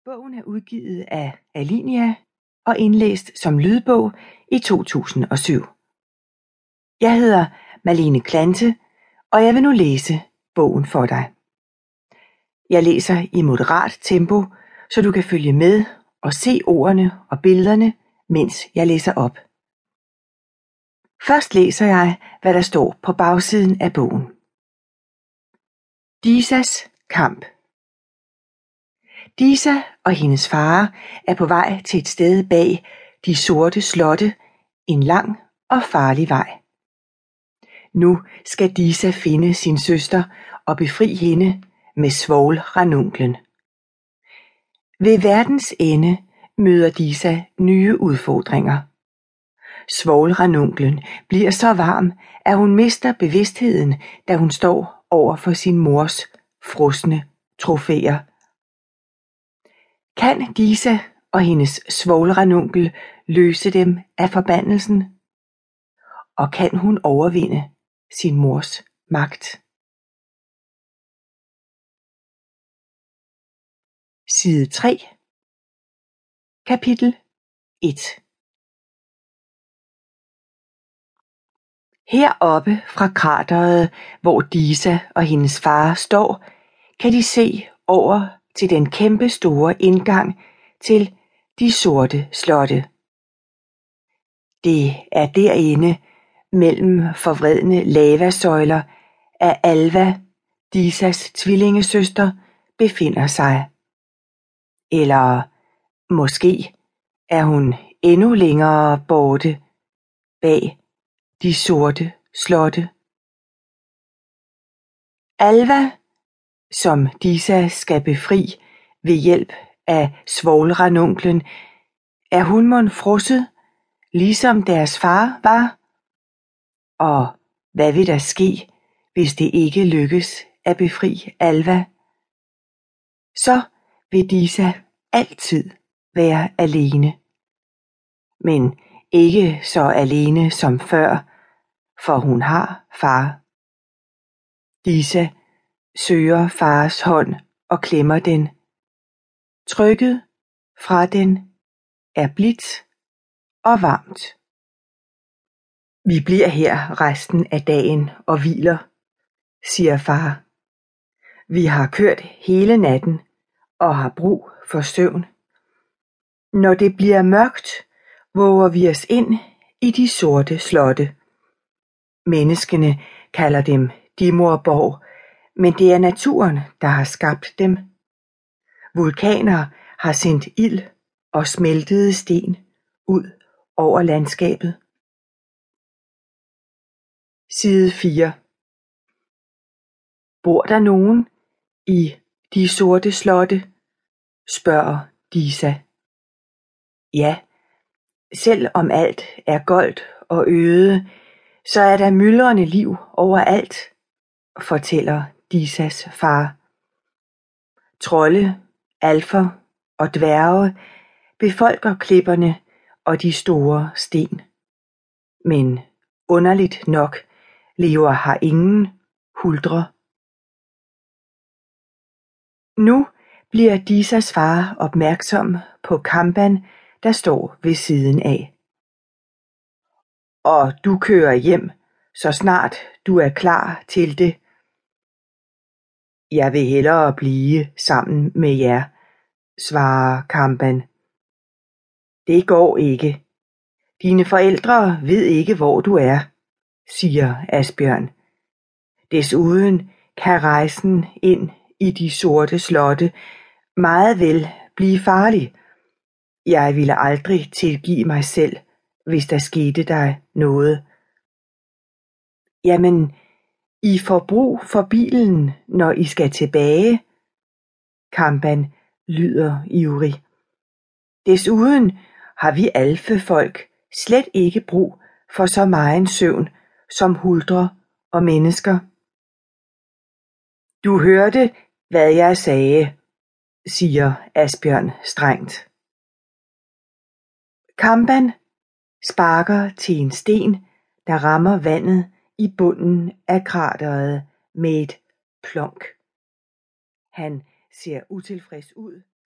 Bogen er udgivet af Alinia og indlæst som lydbog i 2007. Jeg hedder Malene Klante, og jeg vil nu læse bogen for dig. Jeg læser i moderat tempo, så du kan følge med og se ordene og billederne, mens jeg læser op. Først læser jeg, hvad der står på bagsiden af bogen. Disas kamp. Disa og hendes far er på vej til et sted bag de sorte slotte, en lang og farlig vej. Nu skal Disa finde sin søster og befri hende med svovlranunklen. Ved verdens ende møder Disa nye udfordringer. Svovlranunklen bliver så varm, at hun mister bevidstheden, da hun står over for sin mors frosne trofæer. Kan Disa og hendes svovlranunkel løse dem af forbandelsen? Og kan hun overvinde sin mors magt? Side 3. Kapitel 1. Heroppe fra krateret, hvor Disa og hendes far står, kan de se over til den kæmpe store indgang til de sorte slotte. Det er derinde, mellem forvredne lavasøjler, at Alva, Disas tvillingesøster, befinder sig. Eller måske er hun endnu længere borte bag de sorte slotte. Alva, som Disa skal befri ved hjælp af svovlranunklen, er hun mon frosset, ligesom deres far var? Og hvad vil der ske, hvis det ikke lykkes at befri Alva? Så vil Disa altid være alene. Men ikke så alene som før, for hun har far. Disa søger fars hånd og klemmer den. Trykket fra den er blidt og varmt. Vi bliver her resten af dagen og hviler, siger far. Vi har kørt hele natten og har brug for søvn. Når det bliver mørkt, våger vi os ind i de sorte slotte. Menneskene kalder dem Dimorborg, men det er naturen, der har skabt dem. Vulkaner har sendt ild og smeltede sten ud over landskabet. Side 4. Bor der nogen i de sorte slotte? Spørger Disa. Ja, selv om alt er goldt og øde, så er der myldrende liv overalt, fortæller Disas far. Trolde, alfer og dværge befolker klipperne og de store sten. Men underligt nok lever her ingen huldre. Nu bliver Disas far opmærksom på Kamban, der står ved siden af. Og du kører hjem, så snart du er klar til det. Jeg vil hellere blive sammen med jer, svarer Kamban. Det går ikke. Dine forældre ved ikke, hvor du er, siger Asbjørn. Desuden kan rejsen ind i de sorte slotte meget vel blive farlig. Jeg ville aldrig tilgive mig selv, hvis der skete dig noget. Jamen, I får brug for bilen, når I skal tilbage. Kamban lyder ivrig. Desuden har vi alfefolk slet ikke brug for så megen søvn som huldre og mennesker. Du hørte, hvad jeg sagde, siger Asbjørn strengt. Kamban sparker til en sten, der rammer vandet i bunden af krateret med et plonk. Han ser utilfreds ud